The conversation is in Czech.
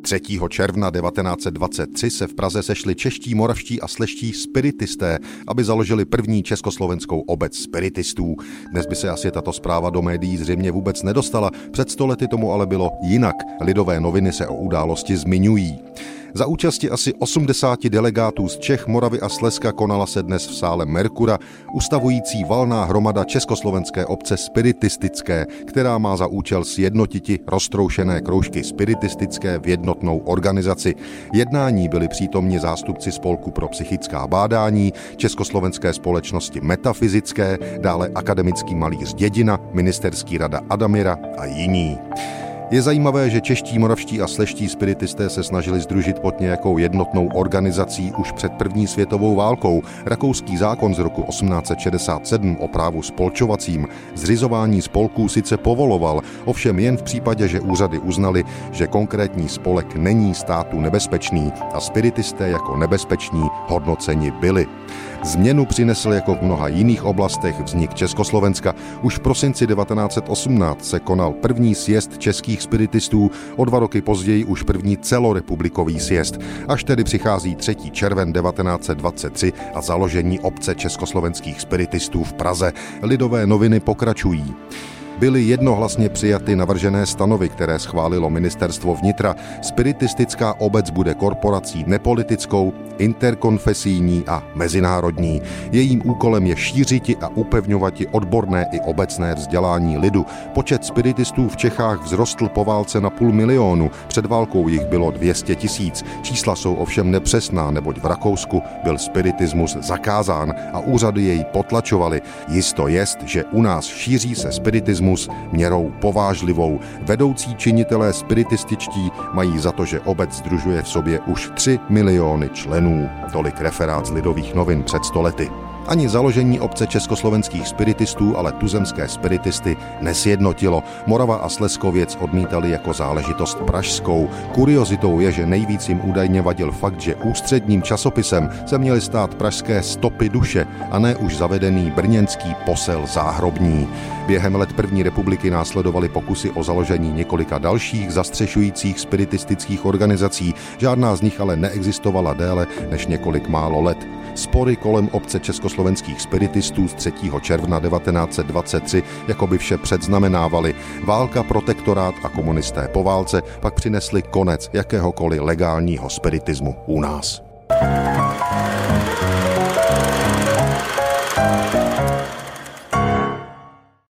3. června 1923 se v Praze sešli čeští, moravští a sleští spiritisté, aby založili první československou obec spiritistů. Dnes by se asi tato zpráva do médií zřejmě vůbec nedostala, před 100 lety tomu ale bylo jinak. Lidové noviny se o události zmiňují. Za účasti asi 80 delegátů z Čech, Moravy a Slezska konala se dnes v sále Merkura ustavující valná hromada československé obce spiritistické, která má za účel sjednotiti roztroušené kroužky spiritistické v jednotnou organizaci. Jednání byli přítomni zástupci Spolku pro psychická bádání, Československé společnosti metafyzické, dále akademický malíř Dědina, ministerský rada Adamira a jiní. Je zajímavé, že čeští, moravští a sleští spiritisté se snažili sdružit pod nějakou jednotnou organizací už před první světovou válkou. Rakouský zákon z roku 1867 o právu spolčovacím zřizování spolků sice povoloval, ovšem jen v případě, že úřady uznali, že konkrétní spolek není státu nebezpečný a spiritisté jako nebezpeční hodnoceni byli. Změnu přinesl jako v mnoha jiných oblastech vznik Československa. Už v prosinci 1918 se konal první sjezd českých spiritistů, o 2 roky později už první celorepublikový sjezd. Až tedy přichází 3. červen 1923 a založení obce československých spiritistů v Praze. Lidové noviny pokračují. Byly jednohlasně přijaty navržené stanovy, které schválilo ministerstvo vnitra. Spiritistická obec bude korporací nepolitickou, interkonfesijní a mezinárodní. Jejím úkolem je šířiti a upevňovati odborné i obecné vzdělání lidu. Počet spiritistů v Čechách vzrostl po válce na 500 000, před válkou jich bylo 200 000. Čísla jsou ovšem nepřesná, neboť v Rakousku byl spiritismus zakázán a úřady jej potlačovaly. Jisto jest, že u nás šíří se spiritismus měrou povážlivou. Vedoucí činitelé spiritističtí mají za to, že obec sdružuje v sobě už 3 miliony členů. Tolik referát z Lidových novin před 100 lety. Ani založení obce československých spiritistů, ale tuzemské spiritisty nesjednotilo. Morava a Slezsko věc odmítali jako záležitost pražskou. Kuriozitou je, že nejvíc jim údajně vadil fakt, že ústředním časopisem se měly stát pražské Stopy duše a ne už zavedený brněnský Posel záhrobní. Během let první republiky následovaly pokusy o založení několika dalších zastřešujících spiritistických organizací. Žádná z nich ale neexistovala déle než několik málo let. Spory kolem obce československých spiritistů z 3. června 1923 jako by vše předznamenávaly. Válka, protektorát a komunisté po válce pak přinesli konec jakéhokoliv legálního spiritismu u nás.